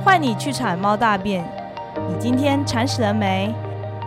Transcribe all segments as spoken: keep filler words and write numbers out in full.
换你去铲猫大便，你今天铲屎了没？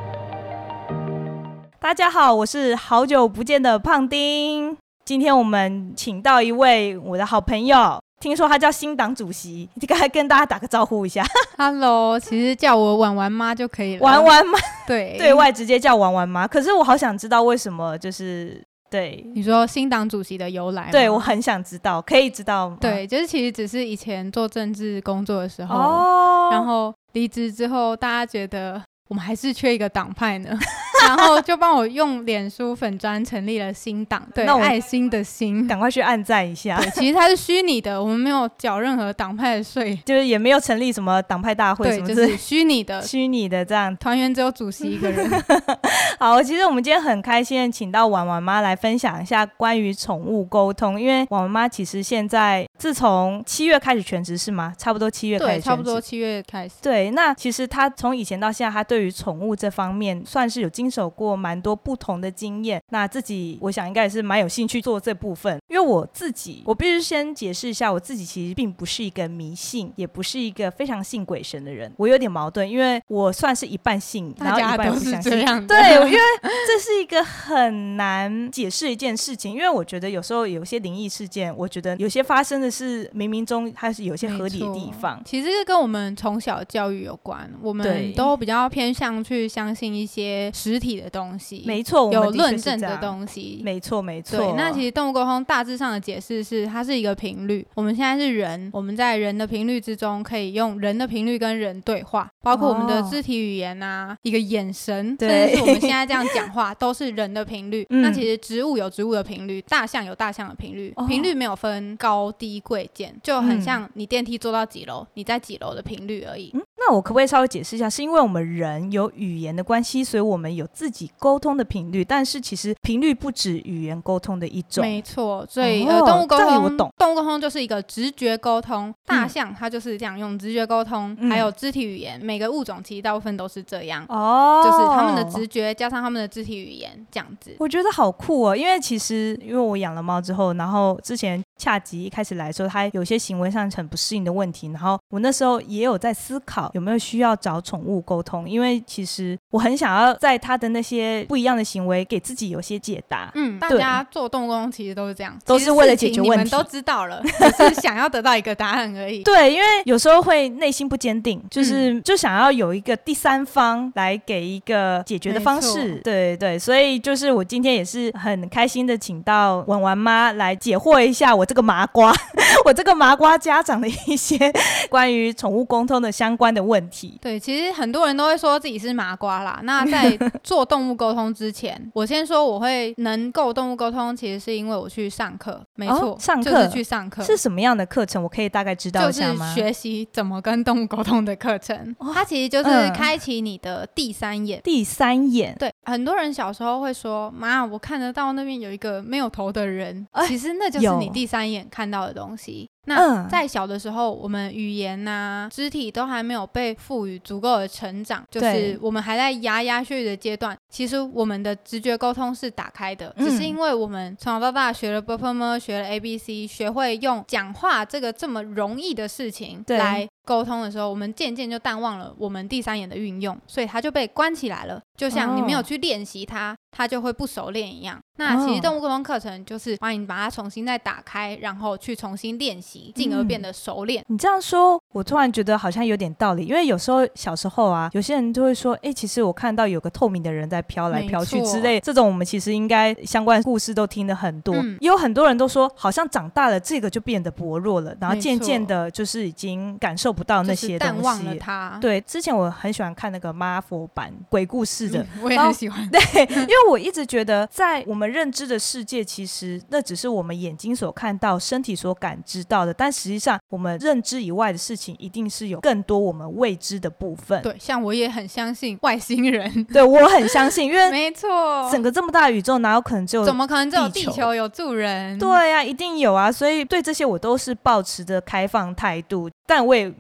大家好，我是好久不见的胖丁。今天我们请到一位我的好朋友，听说他叫新党主席，你赶快跟大家打个招呼一下。 Hello， 其实叫我婉婉妈就可以了。 婉婉妈， 对， 对外直接叫婉婉妈。可是我好想知道为什么，就是对你说新党主席的由来吗？ 对，我很想知道，可以知道吗？ 对，就是其实只是以前做政治工作的时候， 哦， 然后离职之后，大家觉得我们还是缺一个党派呢。然后就帮我用脸书粉专成立了新党，对，爱心的心， 赶快去按赞一下。 对，其实它是虚拟的，我们没有缴任何党派的税， 就是也没有成立什么党派大会什么， 对，就是虚拟的， 虚拟的这样。 团员只有主席一个人。 好，其实我们今天很开心请到婉婉妈来分享一下关于宠物沟通，因为婉婉妈其实现在自从七月开始全职是吗？差不多七月开始全职， 对，差不多七月开始。 对，那其实她从以前到现在，她对于宠物这方面算是有经手过蛮多不同的经验，那自己我想应该也是蛮有兴趣做这部分。因为我自己我必须先解释一下，我自己其实并不是一个迷信，也不是一个非常信鬼神的人，我有点矛盾，因为我算是一半信，然后一半不相信。 这样的， 对，因为这是一个很难解释一件事情，因为我觉得有时候有些灵异事件，我觉得有些发生的是冥冥中它是有些合理的地方。 其实跟我们从小教育有关，我们都比较偏向去相信一些实体的东西， 没错， 有论证的东西， 没错没错。 对，那其实动物沟通大致上的解释是，它是一个频率。我们现在是人，我们在人的频率之中，可以用人的频率跟人对话，包括我们的肢体语言啊，哦、一个眼神，甚至是我们现在这样讲话，都是人的频率。嗯、那其实植物有植物的频率，大象有大象的频率，频、哦、率没有分高低贵贱，就很像你电梯坐到几楼，你在几楼的频率而已。 嗯，那我可不可以稍微解释一下，是因为我们人有语言的关系，所以我们有自己沟通的频率，但是其实频率不止语言沟通的一种。 没错，所以、哦、呃，动物沟通， 我懂， 动物沟通就是一个直觉沟通，大象它就是这样用直觉沟通、嗯，还有肢体语言，每个物种其实大部分都是这样，哦，就是他们的直觉加上他们的肢体语言这样子。 我觉得好酷哦，因为其实因为我养了猫之后，然后之前恰吉一开始来的时候，它有些行为上很不适应的问题，然后我那时候也有在思考有没有需要找宠物沟通，因为其实我很想要在它的那些不一样的行为给自己有些解答。 嗯，大家做动物沟通其实都是这样， 都是为了解决问题， 你们都知道了，只是想要得到一个答案而已。 对，因为有时候会内心不坚定，就是、嗯、就想要有一个第三方来给一个解决的方式。对对，所以就是我今天也是很开心的请到婉婉妈来解惑一下我这个麻瓜我这个麻瓜家长的一些关于宠物沟通的相关的问题。 对，其实很多人都会说自己是麻瓜啦，那在做动物沟通之前我先说我会能够动物沟通，其实是因为我去上课。没错、哦、上课就是去上课。 是什么样的课程？我可以大概知道一下吗？ 就是学习怎么跟动物沟通的课程、哦、它其实就是开启你的第三眼、嗯、 第三眼。 对，很多人小时候会说妈我看得到那边有一个没有头的人、欸、其实那就是你第三眼看到的东西。那在小的时候、嗯、我们语言啊肢体都还没有被赋予足够的成长，就是我们还在牙牙学语的阶段，其实我们的直觉沟通是打开的、嗯、只是因为我们从小到大学了 b p m 学了 A B C， 学会用讲话这个这么容易的事情来沟通的时候，我们渐渐就淡忘了我们第三眼的运用，所以它就被关起来了，就像你没有去练习它、哦、它就会不熟练一样。那其实动物沟通课程就是帮你把它重新再打开，然后去重新练习，进而变得熟练、 嗯、你这样说我突然觉得好像有点道理，因为有时候小时候啊有些人就会说哎、欸，其实我看到有个透明的人在飘来飘去之类，这种我们其实应该相关故事都听得很多、嗯、也有很多人都说好像长大了这个就变得薄弱了，然后渐渐的就是已经感受不到那些东西、就是、淡忘了它。 对，之前我很喜欢看那个妈佛版鬼故事的、 嗯、我也很喜欢。 对，因为我一直觉得在我们认知的世界，其实那只是我们眼睛所看到身体所感知到的，但实际上我们认知以外的事情一定是有更多我们未知的部分。 对，像我也很相信外星人。 对，我很相信，因为没错， 整个这么大的宇宙哪有可能只有怎么可能只有地球有住人？ 对啊，一定有啊，所以对这些我都是抱持着开放态度，但我也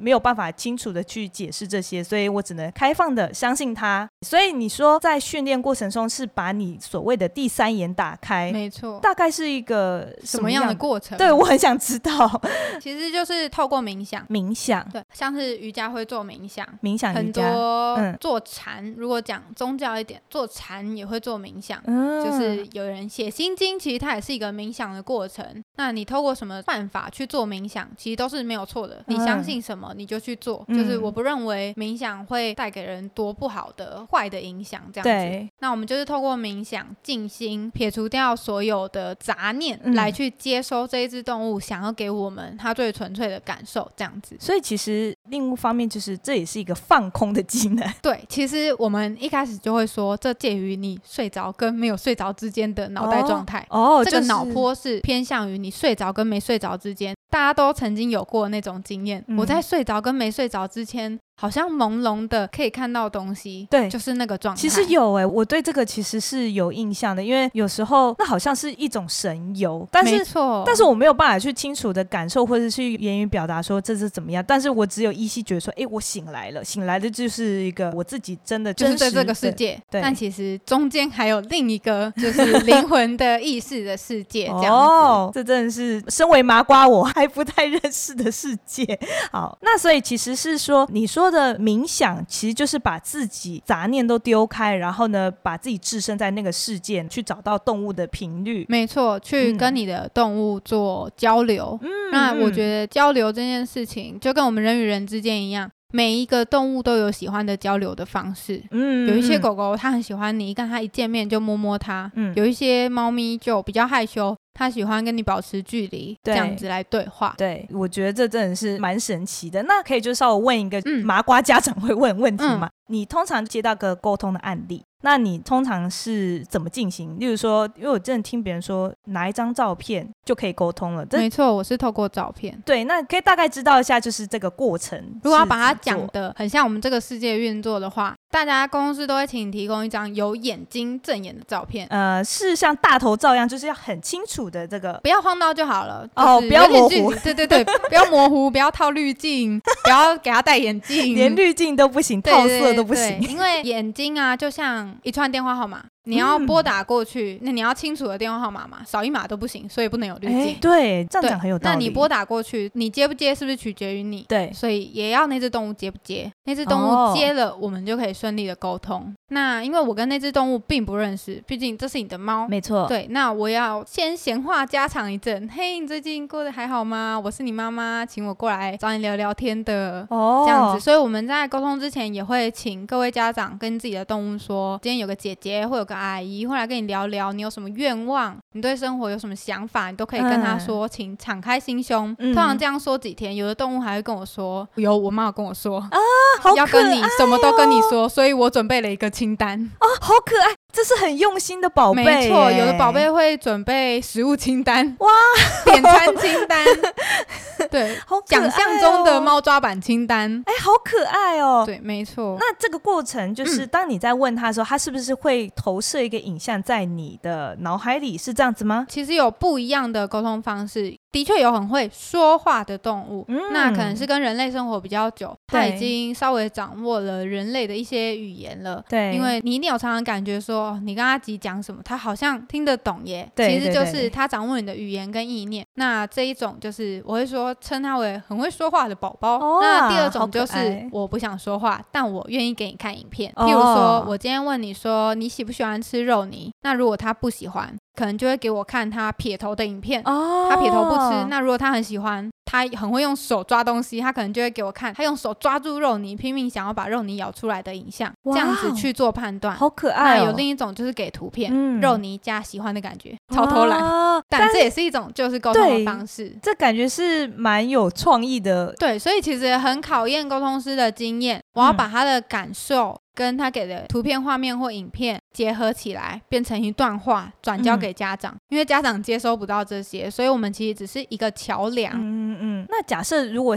没有办法清楚的去解释这些，所以我只能开放的相信他。所以你说在训练过程中是把你所谓的第三眼打开， 没错， 大概是一个什么样的过程？ 对，我很想知道。 其实就是透过冥想， 冥想， 对，像是瑜伽会做冥想， 冥想瑜伽， 很多做禅、嗯，如果讲宗教一点，做禅也会做冥想、嗯，就是有人写心经，其实它也是一个冥想的过程。那你透过什么办法去做冥想，其实都是没有错的。嗯、你相信什么你就去做、嗯，就是我不认为冥想会带给人多不好的、坏的影响，这样子。对，那我们就是透过冥想、静心，撇除掉所有的杂念、嗯，来去接收这一只动物想要给我们它最纯粹的感受，这样子。 所以其实另一方面就是这也是一个放空的技能。 对，其实我们一开始就会说，这介于你睡着跟没有睡着之间的脑袋状态。哦，这个脑波是偏向于你睡着跟没睡着之间。大家都曾经有过那种经验、嗯、我在睡着跟没睡着之前好像朦胧的可以看到东西，对，就是那个状态。 其实有哎、欸，我对这个其实是有印象的，因为有时候那好像是一种神游，但是没错， 但是我没有办法去清楚的感受或者去言语表达说这是怎么样，但是我只有依稀觉得说，哎、欸，我醒来了，醒来的就是一个我自己真的就是在这个世界，对，但其实中间还有另一个就是灵魂的意识的世界，这样子。 哦，这真的是身为麻瓜我还不太认识的世界。好，那所以其实是说你说的冥想其实就是把自己杂念都丢开，然后呢把自己置身在那个世界去找到动物的频率。 没错，去跟你的动物做交流、嗯、那我觉得交流这件事情就跟我们人与人之间一样，每一个动物都有喜欢的交流的方式。嗯，有一些狗狗它很喜欢你，跟它一见面就摸摸它、嗯、有一些猫咪就比较害羞，他喜欢跟你保持距离，这样子来对话。 对，我觉得这真的是蛮神奇的。那可以就稍微问一个麻瓜家长会问问题吗、嗯、你通常接到个沟通的案例，那你通常是怎么进行？例如说，因为我真的听别人说拿一张照片就可以沟通了。 没错，我是透过照片。 对，那可以大概知道一下就是这个过程。 如果要把它讲的很像我们这个世界运作的话，大家公司都会请你提供一张有眼睛正眼的照片。 呃，是像大头照一样，就是要很清楚的这个， 不要晃到就好了。 哦，不要模糊。 对对对，不要模糊，不要套滤镜，不要给他戴眼镜， 连滤镜都不行，套色都不行。 对对对，因为眼睛啊，就像一串电话号码。你要拨打过去、嗯、那你要清楚的电话号码嘛，少一码都不行，所以不能有滤镜、欸、 对，这样讲很有道理。 那你拨打过去，你接不接是不是取决于你？对，所以也要那只动物接不接，那只动物接了、哦、我们就可以顺利的沟通。那因为我跟那只动物并不认识，毕竟这是你的猫， 没错。 对，那我要先闲话家常一阵，嘿，你最近过得还好吗？我是你妈妈，请我过来找你聊聊天的、哦、这样子。所以我们在沟通之前也会请各位家长跟自己的动物说，今天有个姐姐会有个阿姨会来跟你聊聊，你有什么愿望，你对生活有什么想法，你都可以跟她说、嗯、请敞开心胸、嗯、通常这样说几天，有的动物还会跟我说，有我妈有跟我说啊，好可爱、哦、要跟你什么都跟你说，所以我准备了一个清单哦，好可爱，这是很用心的宝贝。 没错，有的宝贝会准备食物清单，哇，点餐清单对，好可爱哦，想象中的猫抓板清单， 哎，好可爱哦。 对，没错。 那这个过程就是当你在问他的时候、嗯、他是不是会投射一个影像在你的脑海里，是这样子吗？ 其实有不一样的沟通方式，的确有很会说话的动物、嗯、那可能是跟人类生活比较久，他已经稍微掌握了人类的一些语言了。对，因为你一定有常常感觉说你跟阿吉讲什么他好像听得懂耶，对，其实就是他掌握你的语言跟意念。那这一种就是我会说称他为很会说话的宝宝、哦、那第二种就是我不想说话，但我愿意给你看影片、哦、譬如说我今天问你说你喜不喜欢吃肉泥，那如果他不喜欢，可能就会给我看他撇头的影片、哦、他撇头不吃。那如果他很喜欢，他很会用手抓东西，他可能就会给我看他用手抓住肉泥拼命想要把肉泥咬出来的影像，这样子去做判断。 好可爱哦。 那有另一种就是给图片、嗯、肉泥加喜欢的感觉，超偷懒、哦、但这也是一种就是沟通的方式， 这感觉是蛮有创意的。 对，所以其实很考验沟通师的经验，我要把他的感受跟他给的图片画面或影片结合起来变成一段话转交给家长、嗯、因为家长接收不到这些，所以我们其实只是一个桥梁。嗯嗯，那假设如果像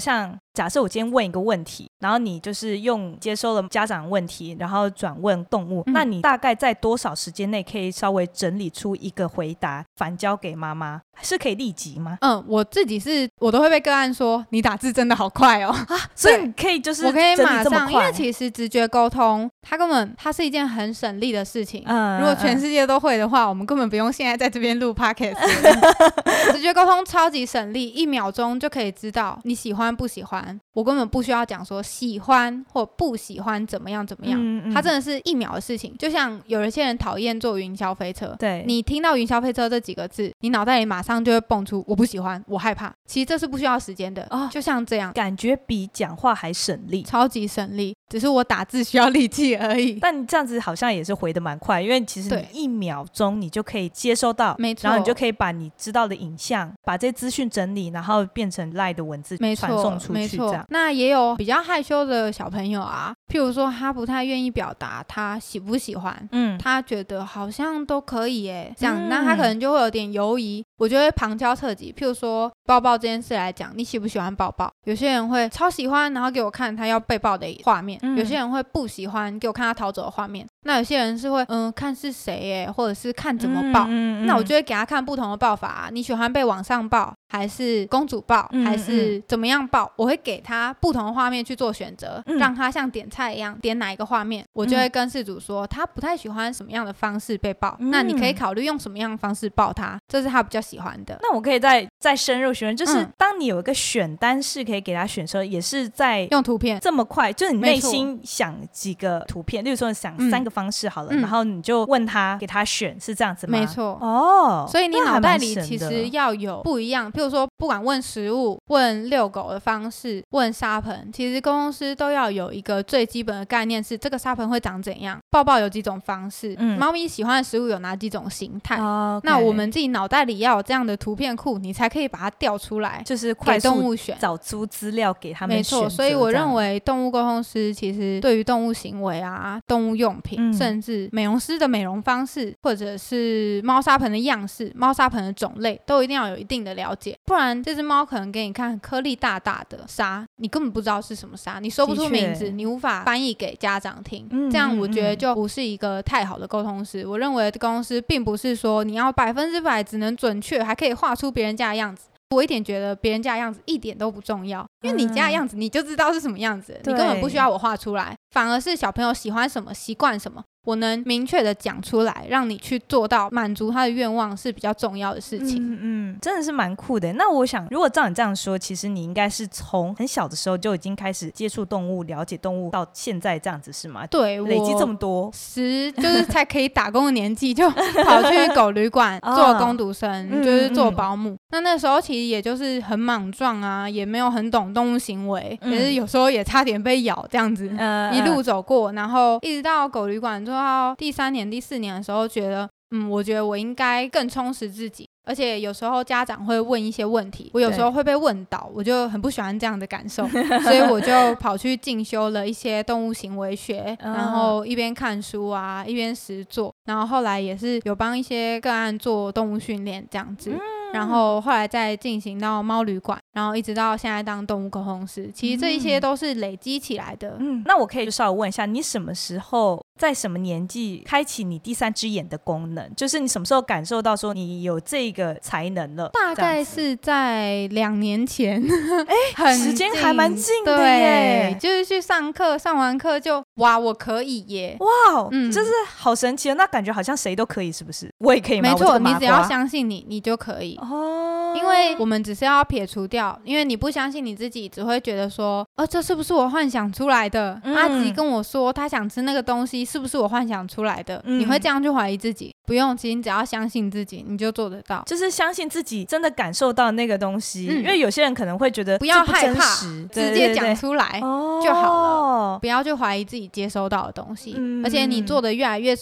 假设我今天问一个问题，然后你就是用接收了家长问题，然后转问动物、嗯、那你大概在多少时间内可以稍微整理出一个回答反交给妈妈？是可以立即吗？ 嗯，我自己是我都会被个案说你打字真的好快哦、啊、 所以你可以就是我可以马上，因为其实直觉沟通它根本它是一件很省力的事情、嗯、如果全世界都会的话、嗯、我们根本不用现在在这边录 podcast 直觉沟通超级省力，一秒钟就可以知道你喜欢不喜欢，我根本不需要讲说喜欢或不喜欢怎么样怎么样、嗯嗯、它真的是一秒的事情。就像有一些人讨厌坐云霄飞车， 对， 你听到云霄飞车这几个字，你脑袋里马上就会蹦出我不喜欢，我害怕，其实这是不需要时间的、哦、就像这样， 感觉比讲话还省力， 超级省力，只是我打字需要力气而已。 但你这样子好像也是回得蛮快，因为其实你一秒钟你就可以接收到， 没错， 然后你就可以把你知道的影像把这些资讯整理，然后变成 LINE 的文字传送出去，这样。 那也有比较害羞的小朋友啊，譬如说他不太愿意表达他喜不喜欢，嗯，他觉得好像都可以耶，这样、嗯、那他可能就会有点犹疑，我就会旁敲侧击，譬如说抱抱这件事来讲，你喜不喜欢抱抱？有些人会超喜欢，然后给我看他要被抱的画面、嗯、有些人会不喜欢，给我看他逃走的画面，那有些人是会嗯看是谁耶，或者是看怎么抱、嗯嗯嗯、那我就会给他看不同的抱法、啊、你喜欢被往上抱还是公主抱、嗯、还是怎么样抱，我会给他不同的画面去做选择、嗯、让他像点菜一样点哪一个画面，我就会跟饲主说、嗯、他不太喜欢什么样的方式被抱、嗯、那你可以考虑用什么样的方式抱他，这是他比较喜欢的。 那我可以再再深入询问，就是当你有一个选单式可以给他选的时候、嗯、也是在用图片这么快，就是你内心想几个图片，例如说你想三个方式好了、嗯、然后你就问他给他选，是这样子吗？ 没错哦， 所以你脑袋里其实要有不一样，譬如说不管问食物、问遛狗的方式、问沙盆，其实沟通师都要有一个最基本的概念，是这个沙盆会长怎样，抱抱有几种方式、嗯、猫咪喜欢的食物有哪几种形态、哦 okay、那我们自己脑袋里要有这样的图片库，你才可以把它调出来， 就是快速给动物选， 找出资料给他们选择。 没错，所以我认为动物沟通师其实对于动物行为啊、动物用品、嗯、甚至美容师的美容方式，或者是猫砂盆的样式、猫砂盆的种类，都一定要有一定的了解，不然这只猫可能给你看颗粒大大的沙，你根本不知道是什么沙，你说不出名字，你无法翻译给家长听、嗯、这样我觉得就不是一个太好的沟通师、嗯、我认为沟通师并不是说你要百分之百只能准确还可以画出别人家的样子，我一点觉得别人家的样子一点都不重要，因为你家的样子你就知道是什么样子、嗯、你根本不需要我画出来，反而是小朋友喜欢什么习惯什么，我能明确的讲出来，让你去做到满足他的愿望是比较重要的事情。 嗯嗯，真的是蛮酷的。那我想如果照你这样说，其实你应该是从很小的时候就已经开始接触动物、了解动物到现在这样子是吗？ 对， 累积这么多， 十就是才可以打工的年纪就跑去狗旅馆做工读生、哦、就是做保姆、嗯嗯、那那时候其实也就是很莽撞啊，也没有很懂动物行为、嗯、也是有时候也差点被咬这样子、嗯、一路走过，然后一直到狗旅馆做到第三年第四年的时候，觉得嗯，我觉得我应该更充实自己，而且有时候家长会问一些问题，我有时候会被问倒，我就很不喜欢这样的感受所以我就跑去进修了一些动物行为学然后一边看书啊一边实作，然后后来也是有帮一些个案做动物训练这样子、嗯然后后来再进行到猫旅馆，然后一直到现在当动物沟通师，其实这一些都是累积起来的。 嗯，那我可以就稍微问一下，你什么时候在什么年纪开启你第三只眼的功能？就是你什么时候感受到说你有这个才能了？ 大概是在两年前哎，时间还蛮近的耶。 对，就是去上课，上完课就哇我可以耶， 哇、嗯、就是好神奇，那感觉好像谁都可以，是不是？我也可以吗？ 没错，你只要相信你你就可以哦，因为我们只是要撇除掉，因为你不相信你自己，只会觉得说呃，这是不是我幻想出来的、嗯、阿吉跟我说他想吃那个东西是不是我幻想出来的、嗯、你会这样去怀疑自己。不用，其实你只要相信自己你就做得到， 就是相信自己真的感受到那个东西、嗯、因为有些人可能会觉得不要害怕， 直接讲出来就好了、哦、不要去怀疑自己接收到的东西、嗯、而且你做得越来越熟练，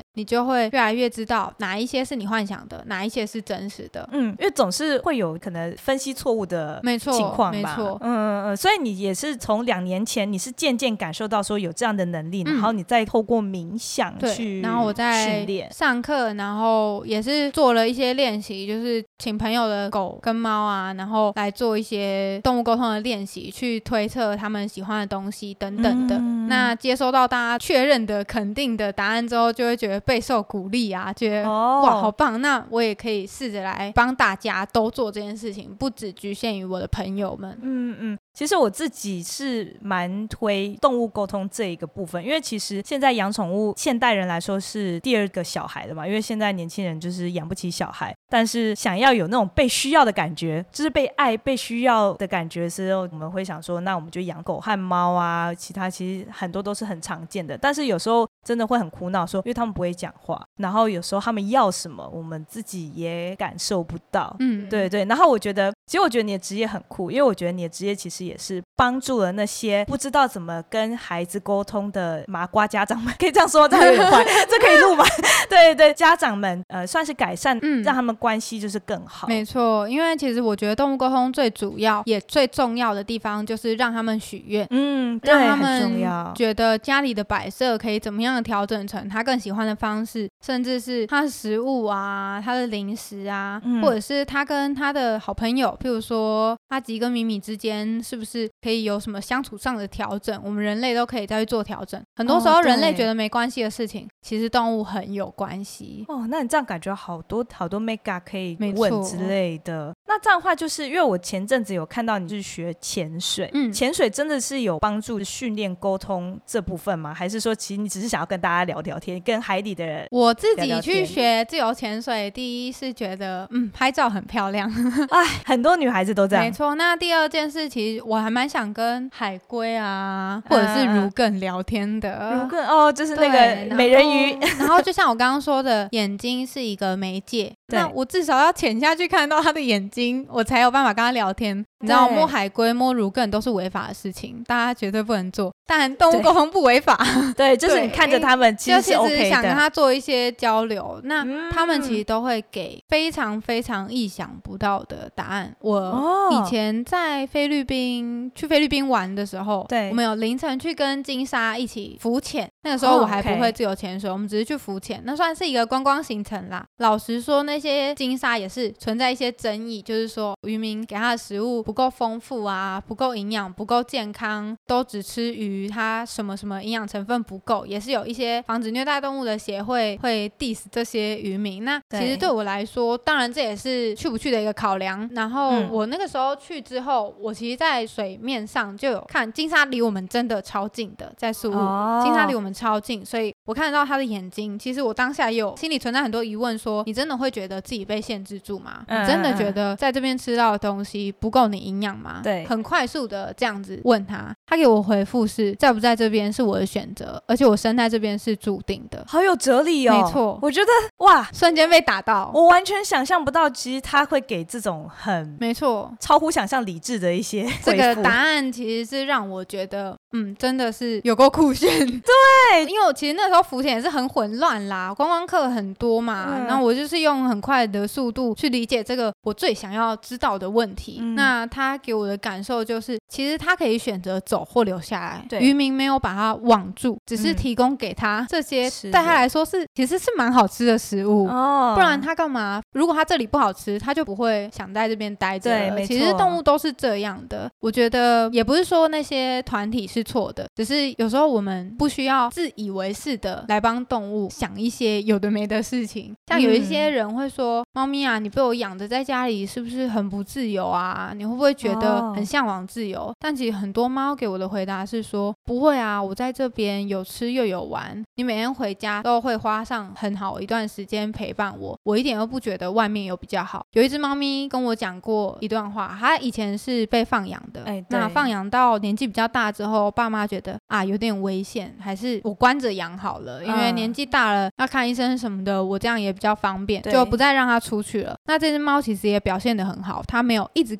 你就会越来越知道哪一些是你幻想的，哪一些是真实的。 嗯，因为总是会有可能分析错误的情况吧。 没错， 嗯嗯嗯，所以你也是从两年前你是渐渐感受到说有这样的能力，嗯、然后你再透过冥想去， 然后我在上课，然后也是做了一些练习，就是请朋友的狗跟猫啊，然后来做一些动物沟通的练习，去推测他们喜欢的东西等等的。嗯、那接收到大家确认的肯定的答案之后，就会觉得备受鼓励啊，觉得、哦、哇好棒，那我也可以试着来帮大家都做这件事情，不只局限于我的朋友们。 嗯嗯，其实我自己是蛮推动物沟通这一个部分，因为其实现在养宠物现代人来说是第二个小孩了嘛，因为现在年轻人就是养不起小孩，但是想要有那种被需要的感觉，就是被爱被需要的感觉的时候，我们会想说那我们就养狗和猫啊，其他其实很多都是很常见的，但是有时候真的会很苦恼说因为他们不会讲话，然后有时候他们要什么我们自己也感受不到。嗯，对对，然后我觉得其实我觉得你的职业很酷，因为我觉得你的职业其实也是帮助了那些不知道怎么跟孩子沟通的麻瓜家长们，可以这样说，这有点坏，这可以录吗？对对，家长们呃算是改善、嗯、让他们关系就是更好。 没错，因为其实我觉得动物沟通最主要也最重要的地方就是让他们许愿，嗯，对，让他们觉得家里的摆设可以怎么样的调整成他更喜欢的方式，甚至是他的食物啊，他的零食啊、嗯、或者是他跟他的好朋友，譬如说阿吉跟米米之间是不是可以有什么相处上的调整，我们人类都可以再去做调整。很多时候人类觉得没关系的事情、哦、其实动物很有关系。 哦，那你这样感觉好多好多 mega 可以问之类的。那这样的话就是因为我前阵子有看到你是学潜水，嗯，潜水真的是有帮助训练沟通这部分吗？还是说其实你只是想要跟大家聊聊天，跟海底的人聊聊天？ 我自己去学自由潜水，第一是觉得嗯拍照很漂亮， 哎，很多女孩子都这样。 没错，那第二件事其实我还蛮想跟海龟啊或者是如更聊天的。 如更哦，就是那个美人鱼。 然后, 然后就像我刚刚说的，眼睛是一个媒介，那我至少要潜下去看到他的眼睛，我才有办法跟他聊天。你知道摸海龟摸如更都是违法的事情，大家绝对不能做，但动物沟通不违法。 对, 对，就是你看着他们其实是 OK 的， 就其实想跟他做一些交流，那他们其实都会给非常非常意想不到的答案。我以前在菲律宾去菲律宾玩的时候，对，我们有凌晨去跟金沙一起浮潜，那个时候我还不会自由潜水、oh, okay. 我们只是去浮潜，那算是一个观光行程啦。老实说那些金沙也是存在一些争议，就是说渔民给他的食物不够丰富啊，不够营养，不够健康，都只吃鱼，它什么什么营养成分不够，也是有一些防止虐待动物的协会会 diss 这些渔民。那其实对我来说，当然这也是去不去的一个考量。然后我那个时候去之后、嗯、我其实在水面上就有看金沙，离我们真的超近的，在宿务、哦、金沙离我们超近，所以我看得到他的眼睛。其实我当下也有心里存在很多疑问，说你真的会觉得自己被限制住吗？嗯、你真的觉得在这边吃到的东西不够你营养吗？对，很快速的这样子问他，他给我回复是在不在这边是我的选择，而且我生在这边是注定的。 好有哲理哦。 没错， 我觉得哇， 瞬间被打到， 我完全想象不到其实他会给这种很没错超乎想象理智的一些回复。 这个答案其实是让我觉得嗯，真的是有够酷炫。 对， 因为我其实那时候浮潜也是很混乱啦，观光客很多嘛、嗯、然后我就是用很快的速度去理解这个我最想要知道的问题、嗯、那他给我的感受就是其实他可以选择走或留下来，渔民没有把他网住，只是提供给他这些对他来说是其实是蛮好吃的食物、哦、不然他干嘛，如果他这里不好吃他就不会想在这边待着。对，没错，其实动物都是这样的。我觉得也不是说那些团体是错的，只是有时候我们不需要自以为是的来帮动物想一些有的没的事情。像有一些人会说、嗯、猫咪啊你被我养着在家里是不是很不自由啊，你会不会觉得很向往自由、哦、但其实很多猫给我的回答是说不会啊，我在这边有吃又有玩，你每天回家都会花上很好一段时间陪伴我，我一点都不觉得外面有比较好。有一只猫咪跟我讲过一段话，它以前是被放养的、欸、那放养到年纪比较大之后，爸妈觉得啊有点危险，还是我关着养好了、嗯、因为年纪大了要看医生什么的，我这样也比较方便，就不再让它出去了。那这只猫其实也表现得很好，它没有一直干一直干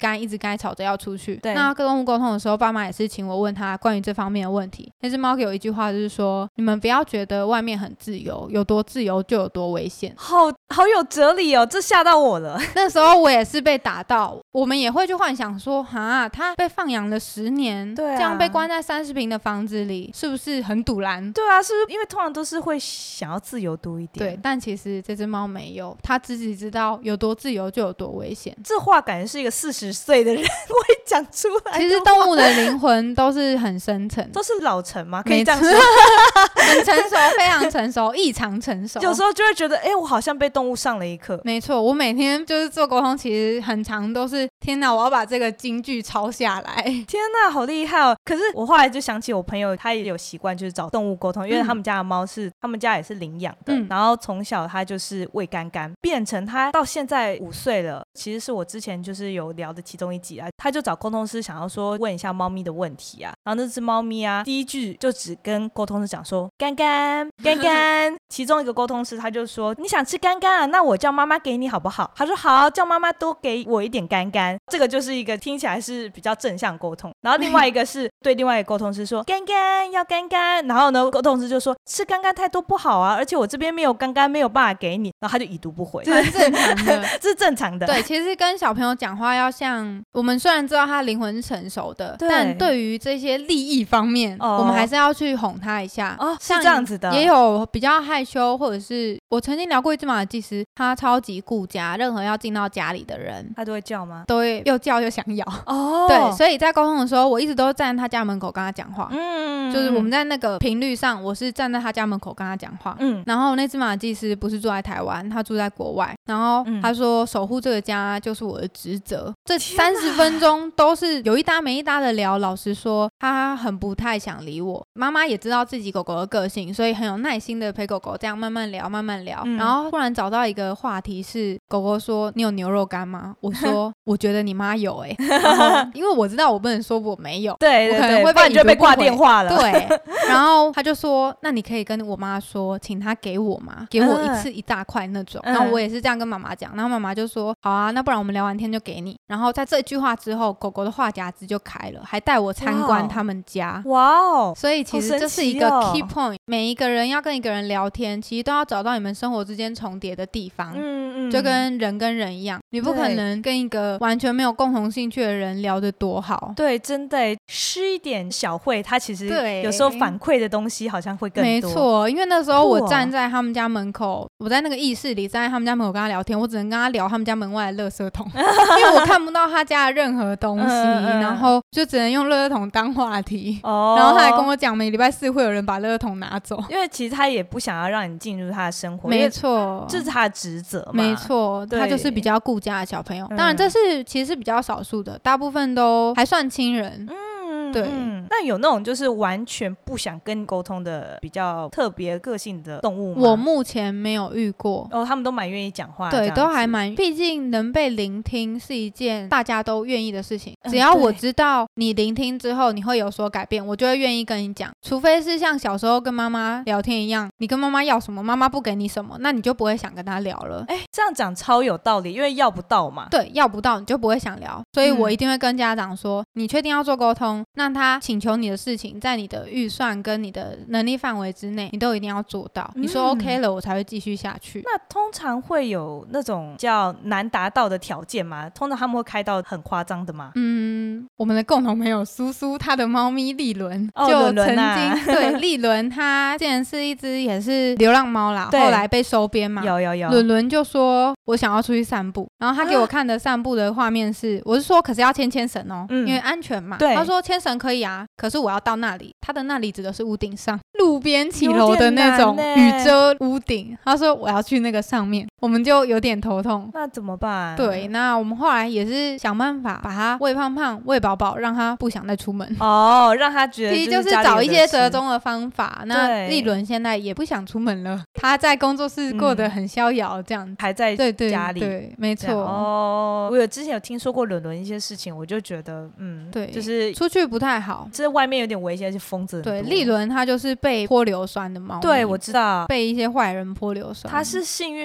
该吵着要出去。对，那跟动物沟通的时候，爸妈也是请我问他关于这方面的问题。那只猫给我一句话，就是说你们不要觉得外面很自由，有多自由就有多危险。 好好有哲理哦，这吓到我了。 那时候我也是被打到，我们也会去幻想说，哈，他被放养了十年，对、啊，这样被关在三十平的房子里，是不是很堵然？ 对啊，是不是因为通常都是会想要自由多一点？ 对，但其实这只猫没有，它自己知道有多自由就有多危险。 这话感觉是一个四十岁的人会讲出来的。 其实动物的灵魂都是很深沉， 都是老成吗？可以这样说， 很成熟，非常成熟，异常成熟。 有时候就会觉得，哎、欸，我好像被动物上了一课。 没错，我每天就是做沟通，其实很常都是，天哪，我要把这个金句抄下来。 天哪，好厉害哦！可是我后来就想起我朋友，他也有习惯就是找动物沟通，因为他们家的猫是、嗯、他们家也是领养的、嗯，然后从小他就是喂干干，变成他到现在五岁了。其实是我之前就是有聊的其中一集啊，他就找沟通师想要说问一下猫咪的问题啊，然后那只猫咪啊，第一句就只跟沟通师讲说干干干干，其中一个沟通师他就说你想吃干干啊，那我叫妈妈给你好不好？他说好，叫妈妈多给我一点干干。这个就是一个听起来是比较正向沟通，然后另外一个是对另外一个沟通师说干干要干干，然后呢沟通师就说吃干干太多不好啊，而且我这边没有干干，没有办法给你，然后他就已读不回。 这是正常的这是正常的。 对，其实跟小朋友讲话要像我们虽然知道他灵魂是成熟的，对，但对于这些利益方面、哦、我们还是要去哄他一下。 哦，是这样子的。 也有比较害羞，或者是我曾经聊过一只马尔济斯，他超级顾家，任何要进到家里的人他都会叫吗？ 都会又叫又想咬。哦，对，所以在沟通的时候我一直都站在他家门口跟他讲话。嗯，就是我们在那个频率上，我是站在他家门口跟他讲话。嗯，然后那只马尔济斯不是住在台湾，他住在国外，然后他说守护这个家就是我的职责。这三十分钟都是有一搭没一搭的聊，老实说他很不太想理我。妈妈也知道自己狗狗的个性，所以很有耐心的陪狗狗这样慢慢聊慢慢聊、嗯、然后忽然找到一个话题是狗狗说你有牛肉干吗？我说我觉得你妈有哎、欸，因为我知道我不能说我没有， 对对对， 我可能会被你就被挂电话了。 对，然后他就说那你可以跟我妈说请她给我嘛，给我一次一大块那种、嗯、然后我也是这样跟妈妈讲，然后妈妈就说好啊，那不然我们聊完天就给你。然后在这句话之后狗狗的话匣子就开了，还带我参观他们家。哇哦，所以其实这是一个 key point、哦、每一个人要跟一个人聊天其实都要找到你们生活之间重叠的地方。嗯嗯，就跟人跟人一样，你不可能跟一个完全没有共同兴趣的人聊得多好。 对，真的吃一点小会他其实有时候反馈的东西好像会更多。 没错，因为那时候我站在他们家门口、哦、我在那个意识里站在他们家门口跟他聊天，我只能跟他聊他们家门外的垃圾桶因为我看不到他家的任何东西嗯嗯，然后就只能用垃圾桶当话题、哦、然后他还跟我讲每礼拜四会有人把垃圾桶拿走， 因为其实他也不想要让你进入他的生活。 没错， 这是他的职责嘛。 没错，他就是比较顾家的小朋友、嗯、当然这是其实是比较少数的，大部分都还算亲人。嗯，对、嗯。 那有那种就是完全不想跟你沟通的比较特别个性的动物吗？ 我目前没有遇过。 哦，他们都蛮愿意讲话。 对，都还蛮，毕竟能被聆听是一件大家都愿意的事情、嗯、只要我知道你聆听之后你会有所改变，我就会愿意跟你讲。除非是像小时候跟妈妈聊天一样，你跟妈妈要什么妈妈不给你什么，那你就不会想跟她聊了。 哎，这样讲超有道理，因为要不到嘛。 对，要不到你就不会想聊，所以我一定会跟家长说、嗯、你确定要做沟通，那他请求你的事情在你的预算跟你的能力范围之内，你都一定要做到、嗯、你说 OK 了我才会继续下去。 那通常会有那种叫难达到的条件吗？通常他们会开到很夸张的吗？ 嗯，我们的共同朋友苏苏他的猫咪利伦、哦、就曾经、啊、对利伦他之前是一只也是流浪猫啦，后来被收编嘛。 有有有， 伦伦就说我想要出去散步，然后他给我看的散步的画面是、啊、我是说可是要牵牵绳哦、嗯、因为安全嘛。对，他说牵绳可以啊，可是我要到那里，他的那里指的是屋顶上路边骑楼的那种雨遮屋顶，他说我要去那个上面，我们就有点头痛。 那怎么办？ 对，那我们后来也是想办法把他喂胖胖喂饱饱，让他不想再出门。 哦，让他觉得其实就是找一些折中的方法。那立伦现在也不想出门了，他在工作室过得很逍遥，这样、嗯、 还在家里。对对对， 没错。 哦，我有之前有听说过伦伦一些事情，我就觉得嗯，对，就是出去不太好， 这外面有点危险，而且疯子很多。 对，立伦他就是被泼硫酸的猫， 对，我知道， 被一些坏人泼硫酸。 他是幸运的，因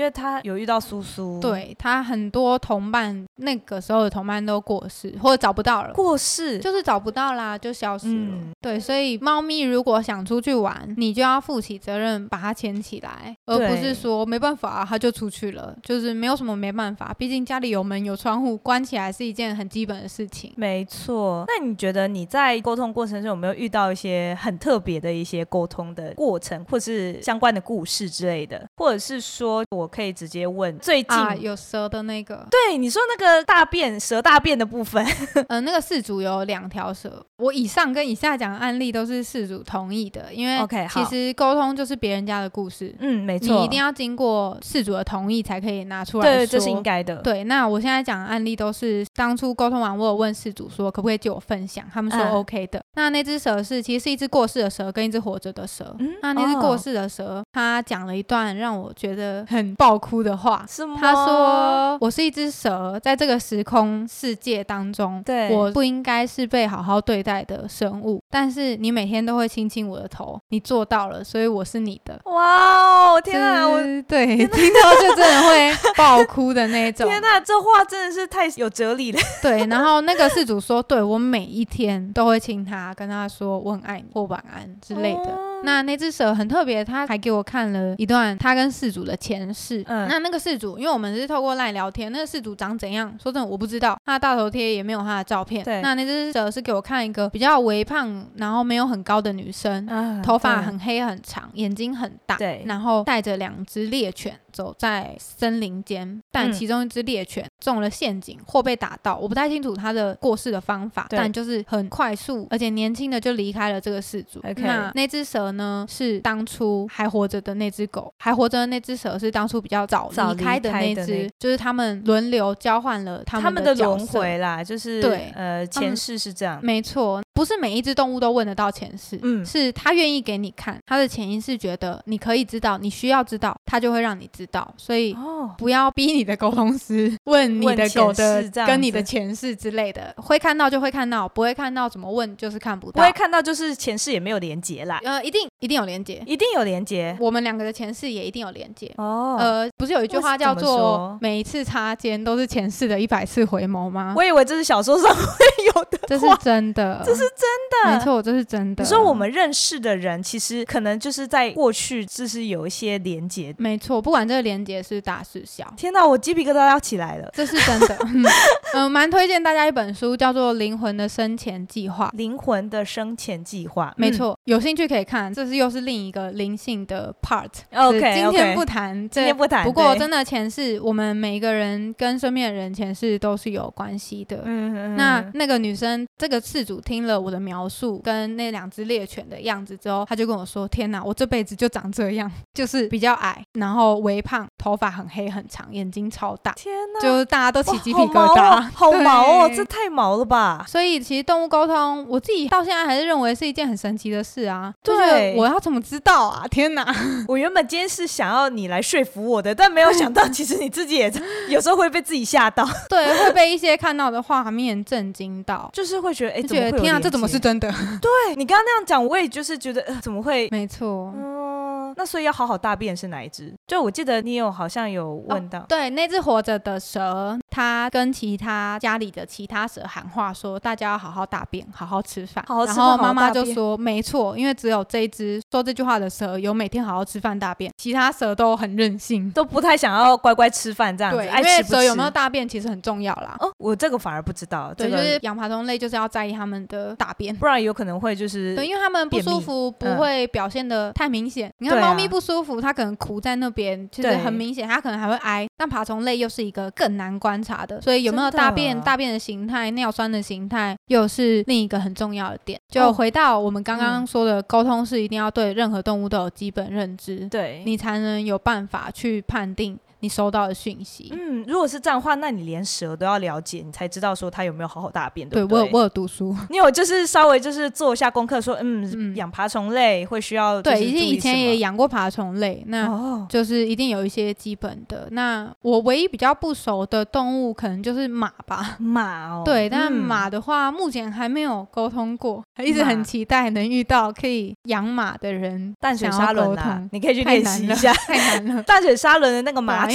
为他有遇到苏苏， 对，他很多同伴那个时候的同伴都过世或者找不到了， 过世就是找不到啦，就消失了、嗯、对，所以猫咪如果想出去玩，你就要负起责任把它牵起来，而不是说没办法、啊、它就出去了，就是没有什么没办法，毕竟家里有门有窗户，关起来是一件很基本的事情。 没错。那你觉得你在沟通过程中有没有遇到一些很特别的一些沟通的过程，或是相关的故事之类的，或者是说我可以直接问最近、 啊、有蛇的那个， 对你说那个大便蛇大便的部分呃，那个事主有两条蛇，我以上跟以下讲的案例都是事主同意的，因为其实沟通就是别人家的故事， 嗯，没错， 你一定要经过事主的同意才可以拿出来说， 对，这是应该的。 对，那我现在讲的案例都是当初沟通完我有问事主说可不可以借我分享，他们说 OK 的、嗯、那那只蛇是其实是一只过世的蛇跟一只活着的蛇、嗯、那那只过世的蛇、哦、他讲了一段让我觉得很爆哭的话。 什么？ 他说我是一只蛇，在这个时空世界当中，对，我不应该是被好好对待的生物，但是你每天都会亲亲我的头，你做到了，所以我是你的。 哇哦，天哪，我对听到就真的会爆哭的那种。 天哪，这话真的是太有哲理了。 对，然后那个事主说对，我每一天都会亲他，跟他说我很爱你或晚安之类的、哦、那那只蛇很特别，他还给我看了一段他跟事主的前世、嗯、那那个事主因为我们是透过 LINE 聊天，那个事主长怎样说真的我不知道，他的大头贴也没有他的照片。对，那那只蛇是给我看一个比较微胖然后没有很高的女生、啊、头发很黑很长，眼睛很大，对，然后带着两只猎犬走在森林间，但其中一只猎犬中了陷阱或被打到，我不太清楚他的过世的方法，但就是很快速而且年轻的就离开了这个事主、okay. 那那只蛇呢是当初还活着的那只狗，还活着的那只蛇是当初比较早离开的那只，那就是他们轮流交换了他们的角色，他们的轮回啦，就是对呃前世是这样，没错，不是每一只动物都问得到前世、嗯、是他愿意给你看，他的潜意识觉得你可以知道，你需要知道，他就会让你知道，所以不要逼你的沟通师问你的狗的跟你的前世之类的，会看到就会看到，不会看到怎么问就是看不到， 不会看到就是前世也没有连结啦， 呃，一定一定有连结， 一定有连结， 我们两个的前世也一定有连结哦。呃，不是有一句话叫做每一次擦肩都是前世的一百次回眸吗？ 我以为这是小说上会有的话， 这是真的， 这是真的， 没错，这是真的。 你说我们认识的人其实可能就是在过去就是有一些连结， 没错，不管这个连结是大是小。 天哪，我鸡皮疙瘩要起来了， 这是真的。嗯，蛮、呃、推荐大家一本书叫做《灵魂的生前计划》。 灵魂的生前计划， 没错、嗯，有兴趣可以看，这是又是另一个灵性的 part。 OK， 今天不谈， 今天不谈。 不过真的前世，我们每一个人跟身边的人前世都是有关系的。嗯嗯。那那个女生，这个事主听了我的描述跟那两只猎犬的样子之后，她就跟我说：“天哪，我这辈子就长这样，就是比较矮，然后微胖，头发很黑很长，眼睛超大。”天哪，就是大家都起鸡皮疙瘩， 好毛哦，这太毛了吧！ 所以其实动物沟通，我自己到现在还是认为是一件很神奇的事啊。对，就是、我要怎么知道啊？天哪！ 我原本今天是想要你来说服我的，但没有想到，其实你自己也有时候会被自己吓到。 对，会被一些看到的画面震惊到， 就是会觉得，哎、欸， 怎么会有连结？天啊，这怎么是真的？ 对你刚刚那样讲，我也就是觉得，呃，怎么会？ 没错。 嗯，那所以要好好大便是哪一只？就我记得你有好像有问到，哦、 对，那只活着的蛇，它跟其他家里的其他蛇喊话说，大家要好好大便，好好吃饭。 好好吃饭， 然后妈妈就说，没错，因为只有这一只说这句话的蛇有每天好好吃饭大便，其他蛇都很任性， 都不太想要乖乖吃饭这样子。 对， 爱吃不吃， 因为蛇有没有大便其实很重要啦。 哦，我这个反而不知道。 对， 这个、 就是养爬虫类就是要在意他们的大便， 不然有可能会就是对，因为他们不舒服不会表现得太明显。嗯、你看猫咪不舒服，它可能苦在那边，其实很明显，它可能还会挨。但爬虫类又是一个更难观察的，所以有没有大便、大便的形态、尿酸的形态，又是另一个很重要的点。就回到我们刚刚说的，沟通是一定要对任何动物都有基本认知，对，你才能有办法去判定你收到的讯息。 嗯，如果是这样的话，那你连蛇都要了解，你才知道说它有没有好好大便，对不对？对，我有我有读书， 你有就是稍微就是做一下功课，说嗯，嗯养爬虫类会需要就是注意什么。 对，以前也养过爬虫类，那就是一定有一些基本的。那我唯一比较不熟的动物，可能就是马吧。 马哦， 对，但马的话，嗯、目前还没有沟通过，一直很期待能遇到可以养马的人。 淡水沙轮啊，你可以去练习一下， 太难了。 淡水沙轮的那个马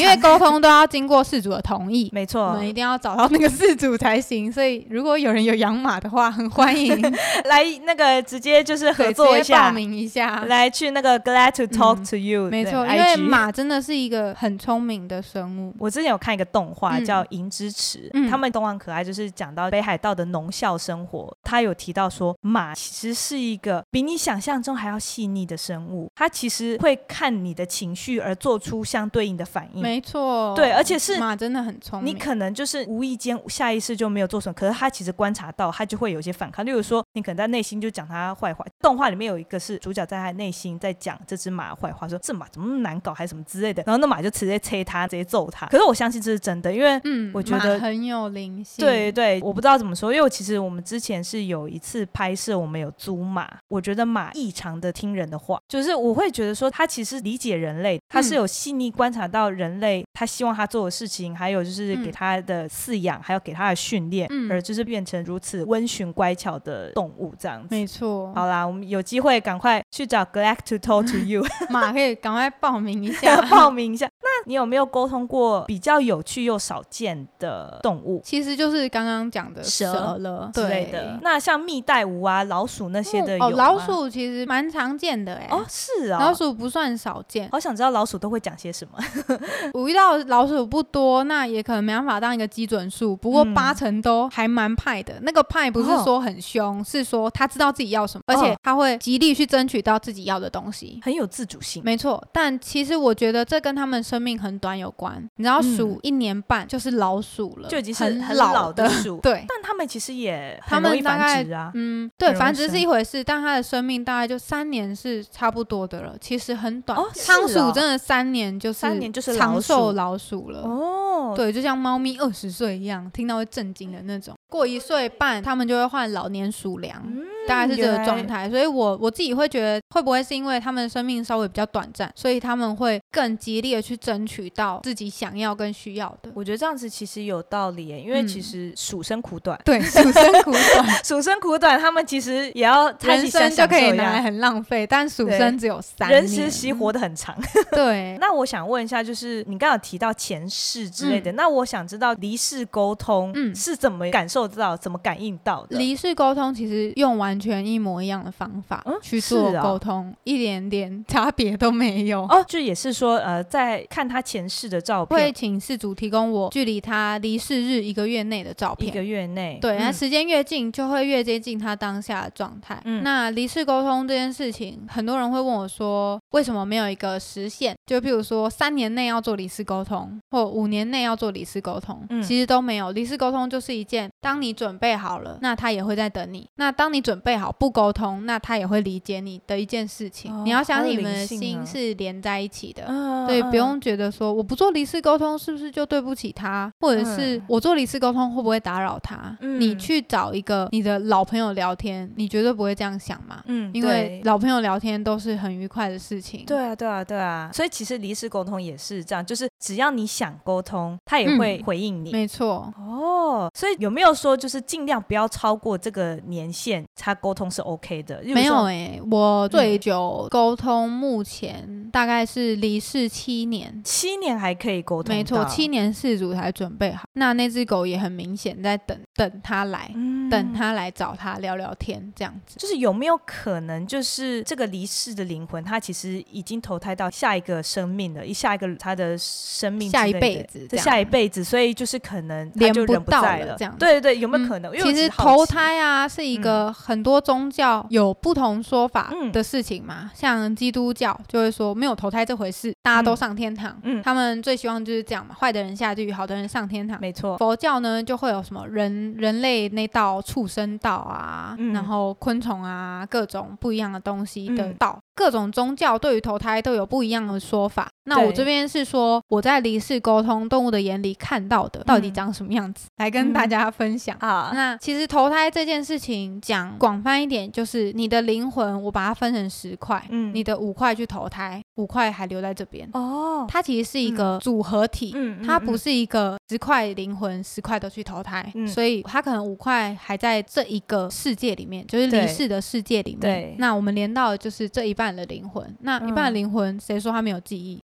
因为沟通都要经过事主的同意， 没错， 我们一定要找到那个事主才行。所以如果有人有养马的话，很欢迎来那个直接就是合作一下， 报名一下， 来去那个 Glad to talk to you、嗯、 没错，因为马真的是一个很聪明的生物。 我之前有看一个动画、嗯、叫银之匙、嗯、他们动画很可爱，就是讲到北海道的农校生活，他有提到说马其实是一个比你想象中还要细腻的生物，它其实会看你的情绪而做出相对应的反应。 没错， 对，而且是马真的很聪明， 你可能就是无意间下意识就没有做什么，可是他其实观察到他就会有一些反抗。例如说你可能在内心就讲他坏话，动画里面有一个是主角在他内心在讲这只马坏话，说这马怎么那么难搞还是什么之类的，然后那马就直接催他直接揍他。可是我相信这是真的，因为我觉得、 嗯、马很有灵性。 对对，我不知道怎么说，因为其实我们之前是有一次拍摄我们有租马，我觉得马异常的听人的话，就是我会觉得说他其实理解人类，他是有细腻观察到人类他希望他做的事情，还有就是给他的饲养、嗯、还有给他的训练、嗯、而就是变成如此温驯乖巧的动物这样子。 没错， 好啦，我们有机会赶快去找 Glad to talk to you 马可以赶快报名一下报名一下。那你有没有沟通过比较有趣又少见的动物？ 其实就是刚刚讲的蛇了之类的。那像蜜袋鼯啊老鼠那些的有吗？ 哦，老鼠其实蛮常见的哎、欸。 哦，是啊、哦， 老鼠不算少见。 好想知道老鼠都会讲些什么我遇到老鼠不多，那也可能没办法当一个基准数，不过八成都还蛮派的、嗯、那个派不是说很凶、哦、是说他知道自己要什么，而且他会极力去争取到自己要的东西， 很有自主性。 没错，但其实我觉得这跟他们生命很短有关。你知道鼠一年半就是老鼠了、嗯、 就已经是很老的鼠对， 但他们其实也很容易繁殖啊。 嗯，对，繁殖是一回事，但它的生命大概就三年是差不多的了，其实很短。仓鼠、哦、真的三年就是三年就是长寿老鼠了哦。对，就像猫咪二十岁一样，听到会震惊的那种。过一岁半，他们就会换老年鼠粮、嗯，大概是这个状态。所以我我自己会觉得，会不会是因为他们的生命稍微比较短暂，所以他们会更极力的去争取到自己想要跟需要的？ 我觉得这样子其实有道理耶，因为其实鼠生苦短。 嗯、对，鼠生苦短， 鼠生苦短，他们其实也要人生就可以拿来很浪费，但鼠生只有三年， 人实习活得很长。 对， 那我想问一下，就是你刚刚有提到前世之类的，嗯、那我想知道离世沟通是怎么感受到、嗯、怎么感应到的？ 离世沟通其实用完全一模一样的方法、嗯、去做沟通、哦，一点点差别都没有。 哦，就也是说，呃，在看他前世的照片， 会请事主提供我距离他离世日一个月内的照片， 一个月内， 对，那、嗯、时间越近，就会越接近他当下的状态。嗯，那离世沟通这件事情，很多人会问我说，为什么没有一个时限？就譬如说，三年内要做离世沟通，或五年内要做离世沟通、嗯，其实都没有。离世沟通就是一件，当你准备好了，那他也会在等你；那当你准备好不沟通，那他也会理解你的一件事情。哦、你要相信你们的心是连在一起的， 哦、 对，不用觉得说我不做离世沟通是不是就对不起他，或者是我做离世沟通会不会打扰他、嗯？你去找一个你的老朋友聊天，你绝对不会这样想嘛，嗯，因为老朋友聊天都是很愉快的事情。 对啊，对啊，对啊，所以其实离世沟通也是这样，就是只要你想沟通，他也会回应你。 嗯、没错。 哦，所以有没有说就是尽量不要超过这个年限，他沟通是 OK 的？ 没有哎、欸，我最久沟通目前大概是离世七年， 七年还可以沟通到。 没错，七年事主才准备好。那那只狗也很明显在等等他来、嗯，等他来找他聊聊天，这样子。 就是有没有可能，就是这个离世的灵魂，他其实已经投胎到下一个生命了，下一个他的生命下一辈子， 下一辈子，所以就是可能他就人不在了， 这样。 对对对，有没有可能？ 嗯、其实投胎啊是一个很多宗教有不同说法的事情嘛，嗯、像基督教就会说没有投胎这回事，大家都上天堂。嗯，他们最希望就是这样嘛，坏的人下地狱，好的人上天堂。 没错。 佛教呢就会有什么人人类那道畜生道啊、嗯，然后昆虫啊，各种不一样的东西的道。嗯，各种宗教对于投胎都有不一样的说法。那我这边是说我在离世沟通动物的眼里看到的到底长什么样子、嗯、来跟大家分享、嗯、好，那其实投胎这件事情讲广泛一点，就是你的灵魂我把它分成十块、嗯、你的五块去投胎，五块还留在这边哦，它其实是一个组合体、嗯、它不是一个十块灵魂十块都去投胎、嗯、所以它可能五块还在这一个世界里面，就是离世的世界里面。对，那我们连到的就是这一半的灵魂，那一半的灵魂谁说他没有记忆？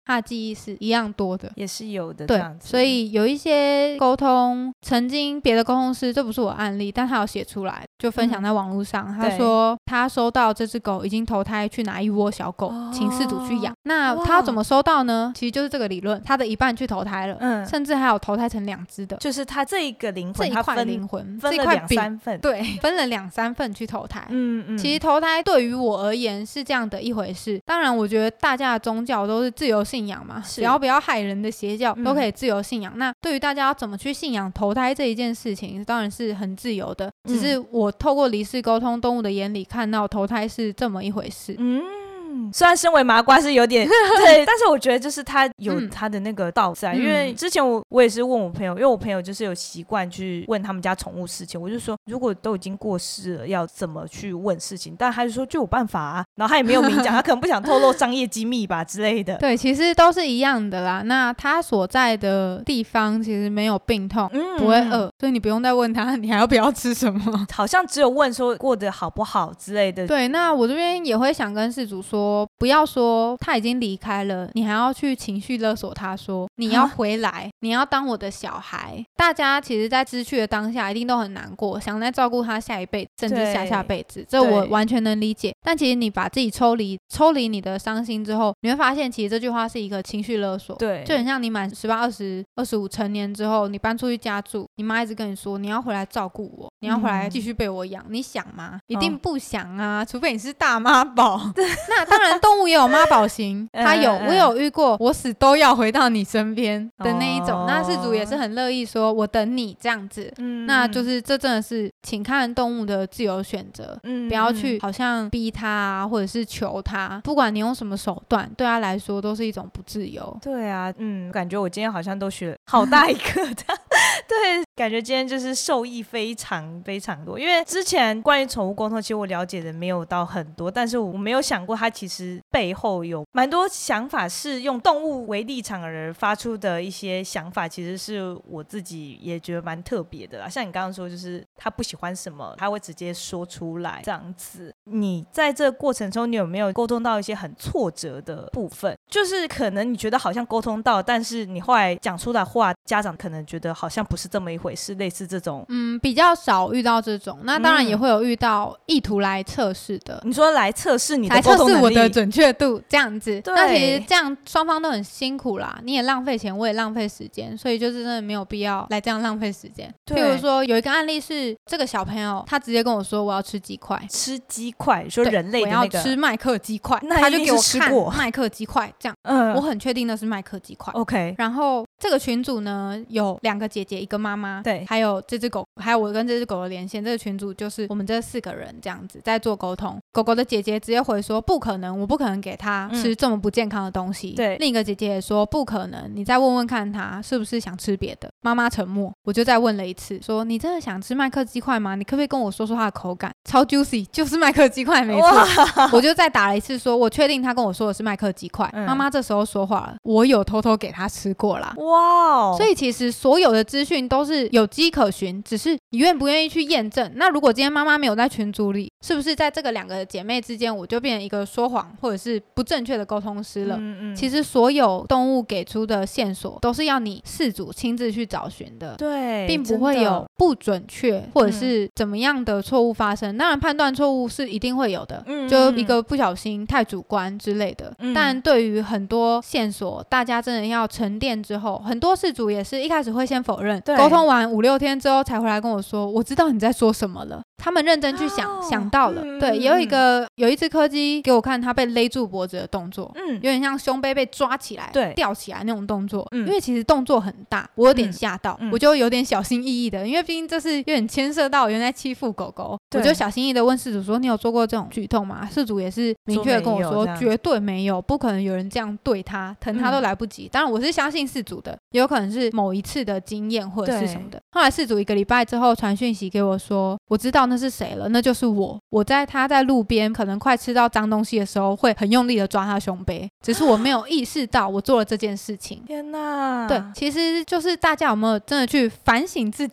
他的记忆是一样多的， 也是有的。 对， 这样子。 所以有一些沟通，曾经别的沟通师，这不是我案例，但他有写出来，就分享在网络上。嗯、他说他收到这只狗已经投胎去拿一窝小狗，哦、请饲主去养。那他要怎么收到呢？其实就是这个理论，他的一半去投胎了，嗯，甚至还有投胎成两只的， 就是他这一个灵魂， 这一块灵魂分了两三份， 对，分了两三份去投胎。 嗯嗯， 其实投胎对于我而言是这样的一回事。当然，我觉得大家的宗教都是自由信仰嘛，只要不要害人的邪教、嗯、都可以自由信仰。那对于大家要怎么去信仰投胎这一件事情，当然是很自由的。只是我透过离世沟通动物的眼里看到投胎是这么一回事。 嗯。虽然身为麻瓜是有点对，但是我觉得就是他有他的那个道在、嗯、因为之前我我也是问我朋友，因为我朋友就是有习惯去问他们家宠物事情，我就说如果都已经过世了要怎么去问事情，但他就说就有办法啊，然后他也没有明讲，他可能不想透露商业机密吧之类的。 对，其实都是一样的啦。那他所在的地方其实没有病痛、嗯、不会饿，所以你不用再问他你还要不要吃什么， 好像只有问说过得好不好之类的。 对，那我这边也会想跟饲主说，不要说他已经离开了你还要去情绪勒索他说你要回来，你要当我的小孩。大家其实在失去的当下一定都很难过，想再照顾他下一辈子甚至下下辈子，这我完全能理解。但其实你把自己抽离抽离你的伤心之后，你会发现其实这句话是一个情绪勒索。 对， 就很像你满十八、二十、二十五成年之后，你搬出去家住，你妈一直跟你说你要回来照顾我，你要回来继续被我养、嗯、你想吗？一定不想啊、哦、除非你是大妈宝那当然动物也有妈宝型他有，我有遇过我死都要回到你身边的那一种、哦、那饲主也是很乐意说我等你这样子、嗯、那就是这真的是请看动物的自由选择、嗯、不要去好像逼他啊或者是求他，不管你用什么手段对他来说都是一种不自由。 对啊，嗯，感觉我今天好像都学了好大一课的对，感觉今天就是受益非常非常多，因为之前关于宠物沟通其实我了解的没有到很多，但是我没有想过它其实背后有蛮多想法是用动物为立场而发出的一些想法，其实是我自己也觉得蛮特别的啦。像你刚刚说就是他不喜欢什么他会直接说出来这样子，你在这个过程中你有没有沟通到一些很挫折的部分，就是可能你觉得好像沟通到，但是你后来讲出来话家长可能觉得好像不是这么一回事，类似这种。 嗯，比较少遇到这种，那当然也会有遇到意图来测试的、 嗯、你说来测试你的沟通能力， 来测试我的准确度这样子。那其实这样双方都很辛苦啦，你也浪费钱我也浪费时间，所以就是真的没有必要来这样浪费时间。譬如说有一个案例是这个小朋友他直接跟我说我要吃鸡块， 吃鸡块说人类的那个我要吃麦克鸡块，他就给我看麦克鸡块这样、嗯、我很确定那是麦克鸡块 OK。 然后这个群组呢有两个姐姐一个妈妈， 对， 还有这只狗，还有我跟这只狗的连线，这个群组就是我们这四个人这样子在做沟通。狗狗的姐姐直接回说不可能，我不可能给他吃这么不健康的东西、嗯、对，另一个姐姐也说不可能，你再问问看他是不是想吃别的。妈妈沉默，我就再问了一次说你真的想吃麦克鸡块吗？你可不可以跟我说说它的口感？超 juicy， 就是麦克鸡块没错。我就再打了一次说我确定他跟我说的是麦克鸡块、嗯、妈妈这时候说话了，我有偷偷给他吃过啦。 哇、wow、 所以其实所有的资讯都是有迹可循，只是你愿不愿意去验证。那如果今天妈妈没有在群组里，是不是在这个两个姐妹之间我就变成一个说谎或者是不正确的沟通师了、嗯嗯、其实所有动物给出的线索都是要你饲主亲自去找寻的， 对， 并不会有不准确或者是怎么样的错误发生、嗯、当然判断错误是一定会有的、嗯、就一个不小心太主观之类的、嗯、但对于很多线索大家真的要沉淀之后，很多饲主也是一开始会先否认，沟通完五六天之后才回来跟我说我知道你在说什么了，他们认真去想、哦、想到了、嗯、对，也有一个有一只柯基给我看他被勒住脖子的动作，嗯，有点像胸杯被抓起来对吊起来那种动作、嗯、因为其实动作很大，我有点吓到、嗯、我就有点小心翼翼的，因为毕竟这是有点牵涉到有人在欺负狗狗，我就小心翼翼的问饲主说你有做过这种举动吗？饲主也是明确的跟我说绝对没有，不可能有人这样对他，疼他都来不及、嗯、当然我是相信饲主的，也有可能是某一次的经验或者是什么的。后来饲主一个礼拜之后传讯息给我说我知道那是谁了，那就是我，我在他在路边可能快吃到脏东西的时候会很用力的抓他胸杯，只是我没有意识到我做了这件事情。 天哪， 对，其实就是大家有没有真的去反省自己， 就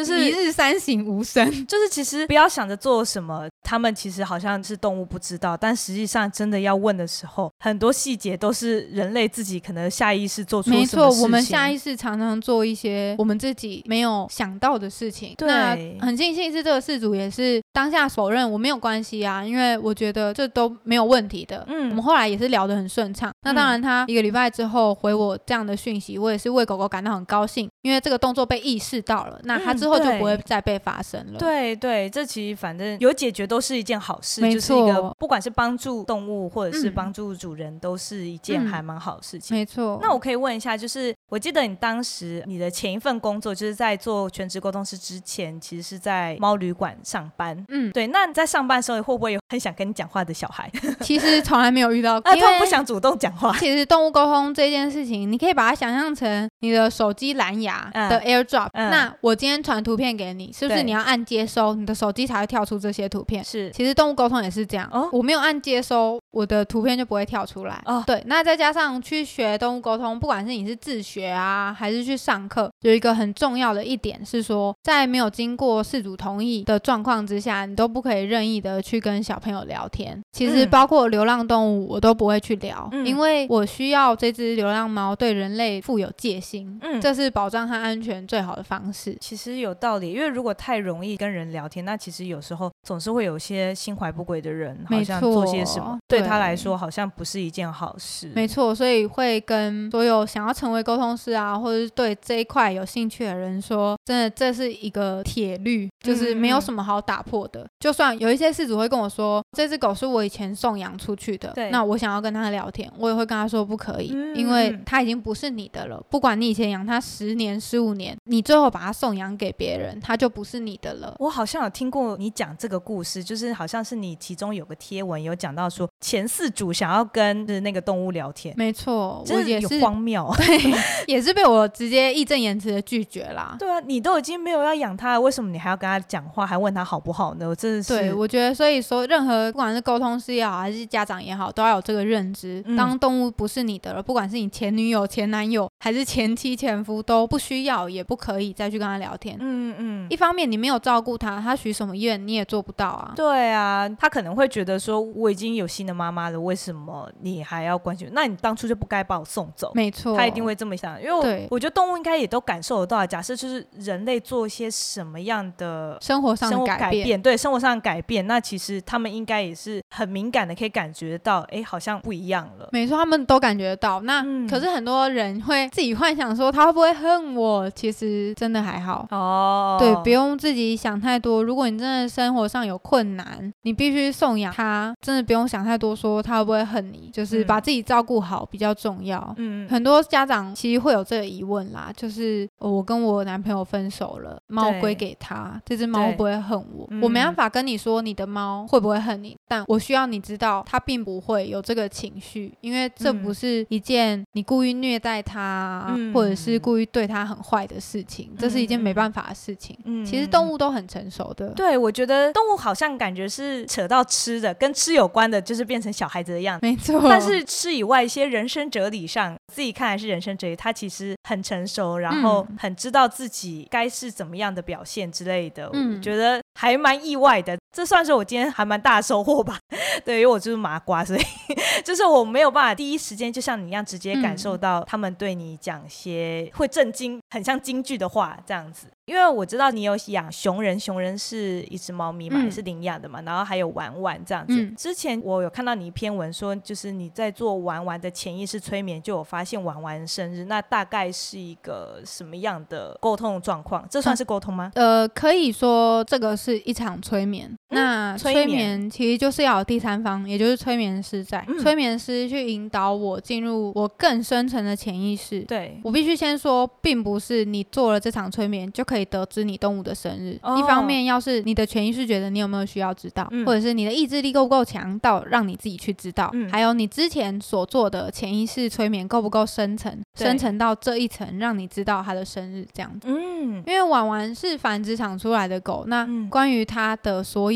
就是一日三省吾身， 就是其实不要想着做什么，他们其实好像是动物不知道，但实际上真的要问的时候，很多细节都是人类自己可能下意识做出什么事情。 没错，我们下意识常常做一些我们自己没有想到的事情。 对， 那很庆幸是这个事主也是当下否认我没有关系啊，因为我觉得这都没有问题的。嗯，我们后来也是聊得很顺畅。那当然他一个礼拜之后回我这样的讯息，我也是为狗狗感到很高兴，因为这个动作被意识到了，那他之后就不会再被发生了。 嗯、对对，这其实反正有解决都是一件好事，就是一个不管是帮助动物或者是帮助主人、嗯、都是一件还蛮好的事情。 没错。 那我可以问一下，就是我记得你当时你的前一份工作就是在做全职沟通师之前，其实是在猫旅馆上班。嗯，对。那你在上班的时候会不会有很想跟你讲话的小孩？ 其实从来没有遇到过， 啊，他们不想主动讲话。 其实动物沟通这件事情，你可以把它想象成你的手机蓝牙的 AirDrop、嗯嗯。那我今天传图片给你，是不是你要按接收，你的手机才会跳出这些图片？ 是。 其实动物沟通也是这样，哦、我没有按接收，我的图片就不会跳出来。哦，对。那再加上去学动物沟通，不管是你是自学啊，还是去上课，有一个很重要的一点是说，在没有经过饲主同意的状况之下，你都不可以任意的去跟小朋友聊天。其实包括流浪动物，我都不会去聊、嗯，因为我需要这只流浪猫对人类富有戒心，嗯，这是保障它安全最好的方式。 其实有道理，因为如果太容易跟人聊天，那其实有时候总是会有些心怀不轨的人，好像做些什么对他来说好像不是一件好事。 没错，所以会跟所有想要成为沟通师啊，或者是对这一块有兴趣的人说，真的这是一个铁律，就是没有什么好打破的。嗯、就算有一些饲主会跟我说，这只狗是我以前送养出去的，那我想要跟他聊天，我也会跟他说不可以、嗯、因为他已经不是你的了，不管你以前养他十年十五年，你最后把他送养给别人，他就不是你的了。 我好像有听过你讲这个故事，就是好像是你其中有个贴文有讲到说前饲主想要跟那个动物聊天。 没错，我也是有荒谬， 对，也是被我直接义正言辞的拒绝啦。 对啊，你都已经没有要养他了，为什么你还要跟他讲话，还问他好不好呢？我真的是。 对，我觉得所以说任何不管是沟通师也好，还是家长也好，都要有这个认知、嗯、当动物不是你的了，不管是你前女友前男友还是前妻前夫，都不需要也不可以再去跟他聊天。嗯嗯，一方面你没有照顾他，他许什么愿你也做不到啊。 对啊，他可能会觉得说我已经有新的妈妈了，为什么你还要关心？那你当初就不该把我送走。 没错， 他一定会这么想，因为 我, 我觉得动物应该也都感受得到，假设就是人类做一些什么样的生活上的改变， 改变对生活上的改变，那其实他们应该也是很敏感的，可以感觉到哎，好像不一样了。 没错，他们都感觉到。那、嗯、可是很多人会自己幻想说他会不会恨我，其实真的还好哦。对，不用自己想太多。如果你真的生活上有困难，你必须送养他，真的不用想太多说他会不会恨你，就是把自己照顾好比较重要。嗯，很多家长其实会有这个疑问啦，就是我跟我男朋友分手了，猫归给他，这只猫会不会恨我？我没办法跟你说你的猫会不会恨你，但我需要你知道它并不会有这个情绪，因为这不是一件你故意虐待它、嗯、或者是故意对它很坏的事情、嗯、这是一件没办法的事情、嗯、其实动物都很成熟的。 对，我觉得动物好像感觉是扯到吃的，跟吃有关的就是变成小孩子的样子。 没错， 但是吃以外一些人生哲理上，自己看来是人生哲理，它其实很成熟，然后很知道自己该是怎么样的表现之类的、嗯、我觉得还蛮意外的，这算是我今天还蛮大的收获吧。对，因为我就是麻瓜，所以就是我没有办法第一时间就像你一样直接感受到他们对你讲些会震惊很像京剧的话这样子。因为我知道你有养熊人，熊人是一只猫咪嘛、嗯、也是领养的嘛，然后还有玩玩这样子、嗯、之前我有看到你一篇文说，就是你在做玩玩的潜意识催眠，就有发现玩玩生日，那大概是一个什么样的沟通状况？这算是沟通吗？ 呃，可以说这个是一场催眠、嗯、那催眠其实就是要有第三方，也就是催眠师在、嗯、催眠师去引导我进入我更深层的潜意识。 对， 我必须先说，并不是你做了这场催眠就可以得知你动物的生日、哦、一方面要是你的潜意识觉得你有没有需要知道、嗯、或者是你的意志力够不够强到让你自己去知道、嗯、还有你之前所做的潜意识催眠够不够深层，深层到这一层让你知道它的生日这样子。嗯，因为婉婉是繁殖场出来的狗，那关于它的所有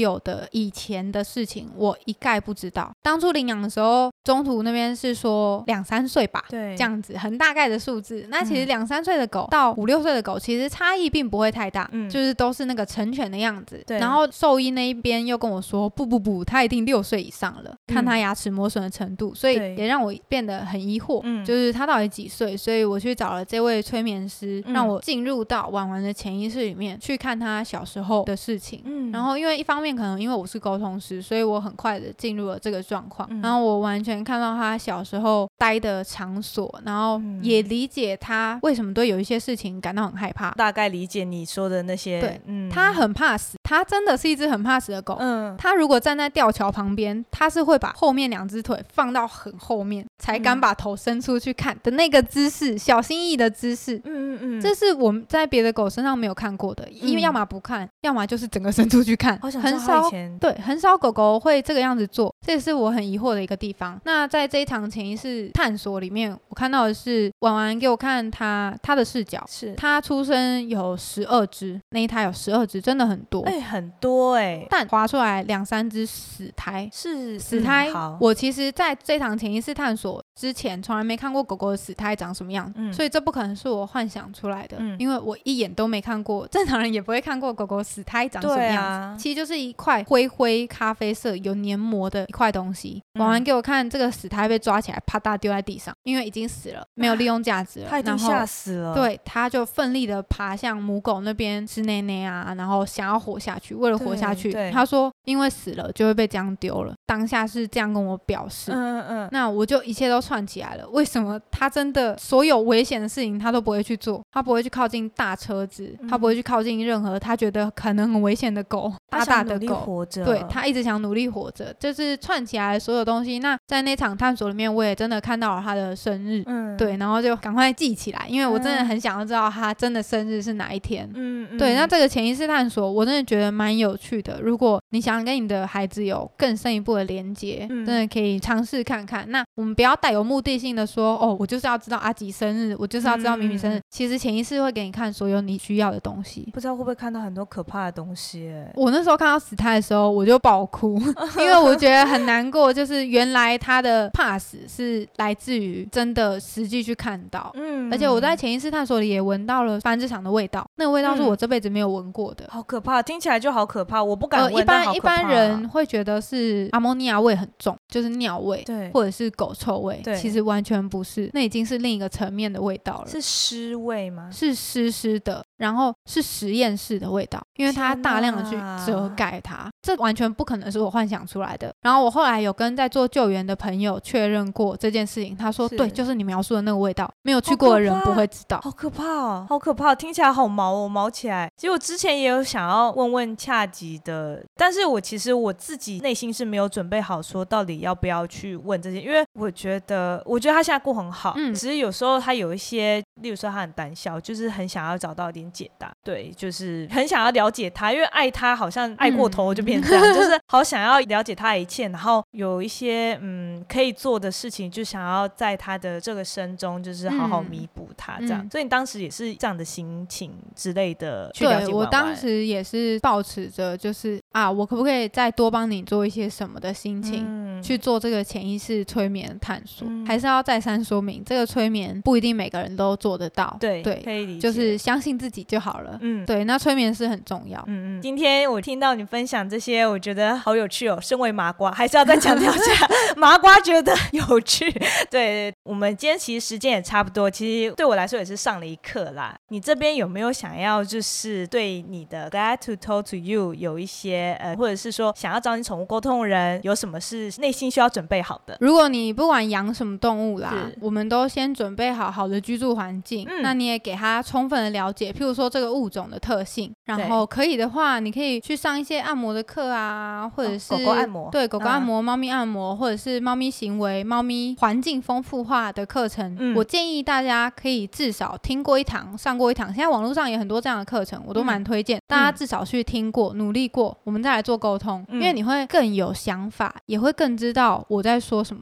有的以前的事情我一概不知道。当初领养的时候，中途那边是说两三岁吧，对，这样子很大概的数字。那其实两三岁的狗到五六岁的狗，其实差异并不会太大，嗯，就是都是那个成犬的样子。然后兽医那一边又跟我说，不不不，他一定六岁以上了，嗯，看他牙齿磨损的程度，所以也让我变得很疑惑，嗯，就是他到底几岁？所以我去找了这位催眠师，嗯，让我进入到婉婉的潜意识里面去看他小时候的事情。嗯，然后因为一方面可能因为我是沟通师，所以我很快的进入了这个状况，嗯，然后我完全看到他小时候待的场所，然后也理解他为什么对有一些事情感到很害怕， 大概理解你说的那些。 对，嗯，他很怕死，他真的是一只很怕死的狗。嗯，他如果站在吊桥旁边，他是会把后面两只腿放到很后面，才敢把头伸出去看的那个姿势，小心翼翼的姿势。嗯嗯嗯，这是我们在别的狗身上没有看过的，嗯，因为要么不看，要么就是整个伸出去看。 好想知道他以前对，很少狗狗会这个样子做，这也是我很疑惑的一个地方。那在这一场潜意识探索里面，我看到的是婉婉给我看他他的视角，是他出生有十二只，那一胎有十二只，真的很多， 哎，欸，很多哎，欸， 但划出来两三只死胎， 是死胎。嗯，我其实在这场潜意识探索之前，从来没看过狗狗的死胎长什么样子，嗯，所以这不可能是我幻想出来的，嗯，因为我一眼都没看过，正常人也不会看过狗狗死胎长什么样子，啊，其实就是一块灰灰咖啡色有黏膜的一块东西。婉婉，嗯，给我看这个死胎被抓起来，啪嗒丢在地上，因为已经死了，没有利用价值了， 他已经吓死了。 对，他就奋力的爬向母狗那边吃内内啊，然后想要活下去，为了活下去，他说因为死了就会被这样丢了，当下是这样跟我表示。嗯嗯，那我就一切都串起来了。为什么他真的所有危险的事情他都不会去做？他不会去靠近大车子，嗯，他不会去靠近任何他觉得可能很危险的狗，大大的狗， 活着， 对，他一直想努力活着，就是串起来所有东西。那在那场探索里面，我也真的看到了他的生日，嗯，对，然后就赶快记起来，因为我真的很想要知道他真的生日是哪一天。嗯嗯，对，那这个潜意识探索我真的觉得蛮有趣的，如果你想跟你的孩子有更深一步的连接，嗯，真的可以尝试看看。那我们不要带有目的性的说，哦，我就是要知道阿吉生日，我就是要知道米米生日，嗯，其实潜意识会给你看所有你需要的东西。 不知道会不会看到很多可怕的东西耶。 我那时候看到死胎的时候我就爆哭因为我觉得很难过，就是原来他的怕死是来自于真的实际去看到，嗯，而且我在潜意识探索里也闻到了繁殖场的味道，那个味道是我这辈子没有闻过的， 嗯，好可怕，听起来就好可怕，我不敢闻，呃、一般一般人会觉得是阿莫尼亚味很重，就是尿味，对，或者是狗臭味，对，其实完全不是，那已经是另一个层面的味道了。 是湿味吗？ 是湿湿的，然后是实验室的味道，因为它大量的去遮盖它，这完全不可能是我幻想出来的。然后我后来有跟在做救援的朋友确认过这件事情，他说对，就是你描述的那个味道，没有去过的人不会知道。 好可怕哦，好可怕，听起来好毛哦，毛起来。其实我之前也有想要问问恰吉的，但是我其实我自己内心是没有准备好说到底要不要去问这些，因为我觉得我觉得他现在过很好，嗯，只是有时候他有一些，例如说他很胆小，就是很想要找到一点解答，对，就是很想要了解他，因为爱他好像爱过头就变成这样，嗯，就是好想要了解他一切，然后有一些嗯可以做的事情，就想要在他的这个生中就是好好弥补他这样，嗯，所以你当时也是这样的心情之类的去了解婉婉。 对，我当时也是抱持着就是啊，我可不可以再多帮你做一些什么的心情，嗯，去做这个潜意识催眠探索，嗯，还是要再三说明，这个催眠不一定每个人都做得到，对对，可以理解，就是相信自己就好了，嗯，对，那催眠是很重要， 嗯嗯。今天我听到你分享这些，我觉得好有趣哦，身为麻瓜还是要再强调一下麻瓜觉得有趣。对，我们今天其实时间也差不多，其实对我来说也是上了一课啦。你这边有没有想要就是对你的 Glad to talk to you 有一些呃，或者是说想要找你宠物沟通的人有什么是内心需要准备好的？ 如果你不管养什么动物啦，我们都先准备好好的居住环境，嗯，那你也给它充分的了解，譬如说这个物种的特性，然后可以的话你可以去上一些按摩的课啊，或者是，哦，狗狗按摩，对，狗狗按摩，嗯，猫咪按摩，或者是猫咪行为猫咪环境丰富化的课程，嗯，我建议大家可以至少听过一堂上过一堂，现在网络上也很多这样的课程，我都蛮推荐，嗯，大家至少去听过努力过，我们再来做沟通，嗯，因为你会更有想法，也会更知道我在说什么东西，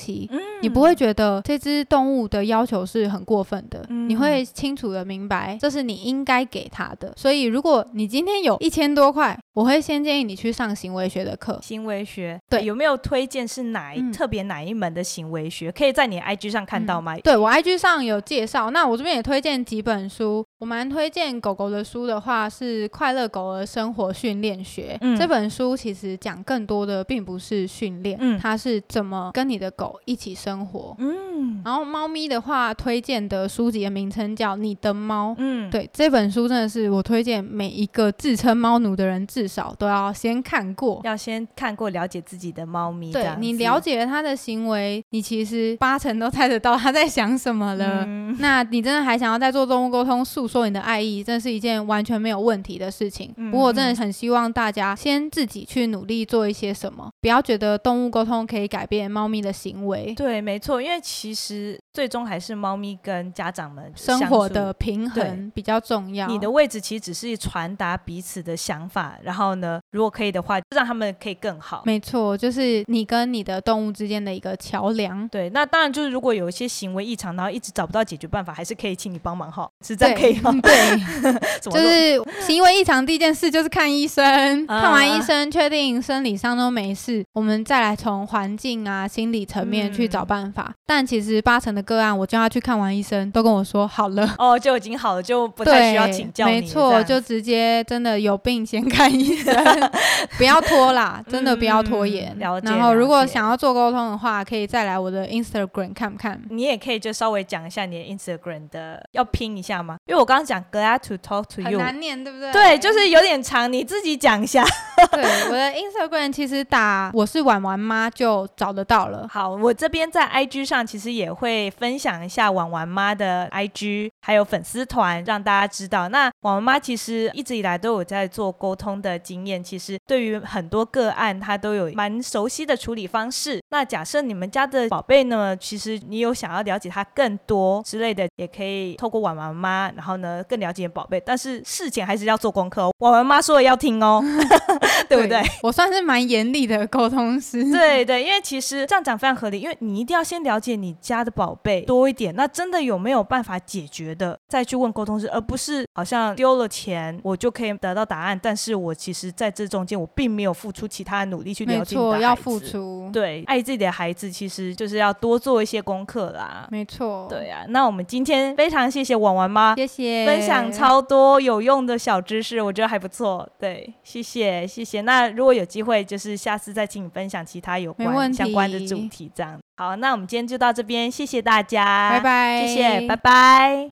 系、嗯、你不会觉得这只动物的要求是很过分的、嗯、你会清楚的明白这是你应该给它的。所以如果你今天有一千多块，我会先建议你去上行为学的课。 行为学， 对， 有没有推荐是哪、嗯、特别哪一门的行为学？可以在你的 I G 上看到吗？ 嗯、对，我 I G 上有介绍。那我这边也推荐几本书，我蛮推荐狗狗的书的话是快乐狗儿生活训练学、嗯、这本书其实讲更多的并不是训练、嗯、它是怎么跟你的狗一起生活。嗯，然后猫咪的话推荐的书籍的名称叫你的猫。嗯，对，这本书真的是我推荐每一个自称猫奴的人至少都要先看过， 要先看过了解自己的猫咪。 对，你了解了它的行为，你其实八成都猜得到它在想什么了、嗯、那你真的还想要再做动物沟通诉说你的爱意，这是一件完全没有问题的事情、嗯、不过我真的很希望大家先自己去努力做一些什么，不要觉得动物沟通可以改变猫咪的行为。 对，没错，因为其实最终还是猫咪跟家长们生活的平衡比较重要。 你的位置其实只是传达彼此的想法，然后呢如果可以的话让他们可以更好。 没错，就是你跟你的动物之间的一个桥梁。 对，那当然就是如果有一些行为异常然后一直找不到解决办法，还是可以请你帮忙哈，是这样可以哈。 对就是行为异常第一件事就是看医生、啊、看完医生确定生理上都没事，我们再来从环境啊心理层面去找办法、嗯、但其实八成的个案我叫他去看完医生都跟我说好了哦，就已经好了，就不太需要请教你。 没错，就直接真的有病先看医生不要拖啦，真的不要拖延、嗯、了解。然后如果想要做沟通的话可以再来我的 Instagram 看不看。 你也可以就稍微讲一下你的 Instagram 的要拼一下吗？因为我刚刚讲 Glad to talk to you 很难念对不对？ 对，就是有点长，你自己讲一下对，我的 Instagram 其实打我是婉婉妈就找得到了。 好，我这边在 I G 上其实也会分享一下婉婉妈的 I G 还有粉丝团让大家知道。那婉婉妈其实一直以来都有在做沟通的经验，其实对于很多个案她都有蛮熟悉的处理方式。那假设你们家的宝贝呢，其实你有想要了解它更多之类的，也可以透过婉婉妈然后呢更了解宝贝，但是事前还是要做功课哦，婉婉妈说的要听哦对不对？ 我算是蛮严厉的沟通师。 对对，因为其实这样讲非常合理，因为你一定要先了解你家的宝贝多一点，那真的有没有办法解决的再去问沟通师，而不是好像丢了钱我就可以得到答案，但是我其实在这中间我并没有付出其他的努力去了解你的孩子。没错， 要付出。 对，爱自己的孩子其实就是要多做一些功课啦。 没错。 对啊，那我们今天非常谢谢婉婉妈， 谢谢分享超多有用的小知识，我觉得还不错。对，谢谢谢谢。那如果有机会就是下次再请你分享其他有关相关的主题这样。好，那我们今天就到这边，谢谢大家， 拜拜。 谢谢，拜拜。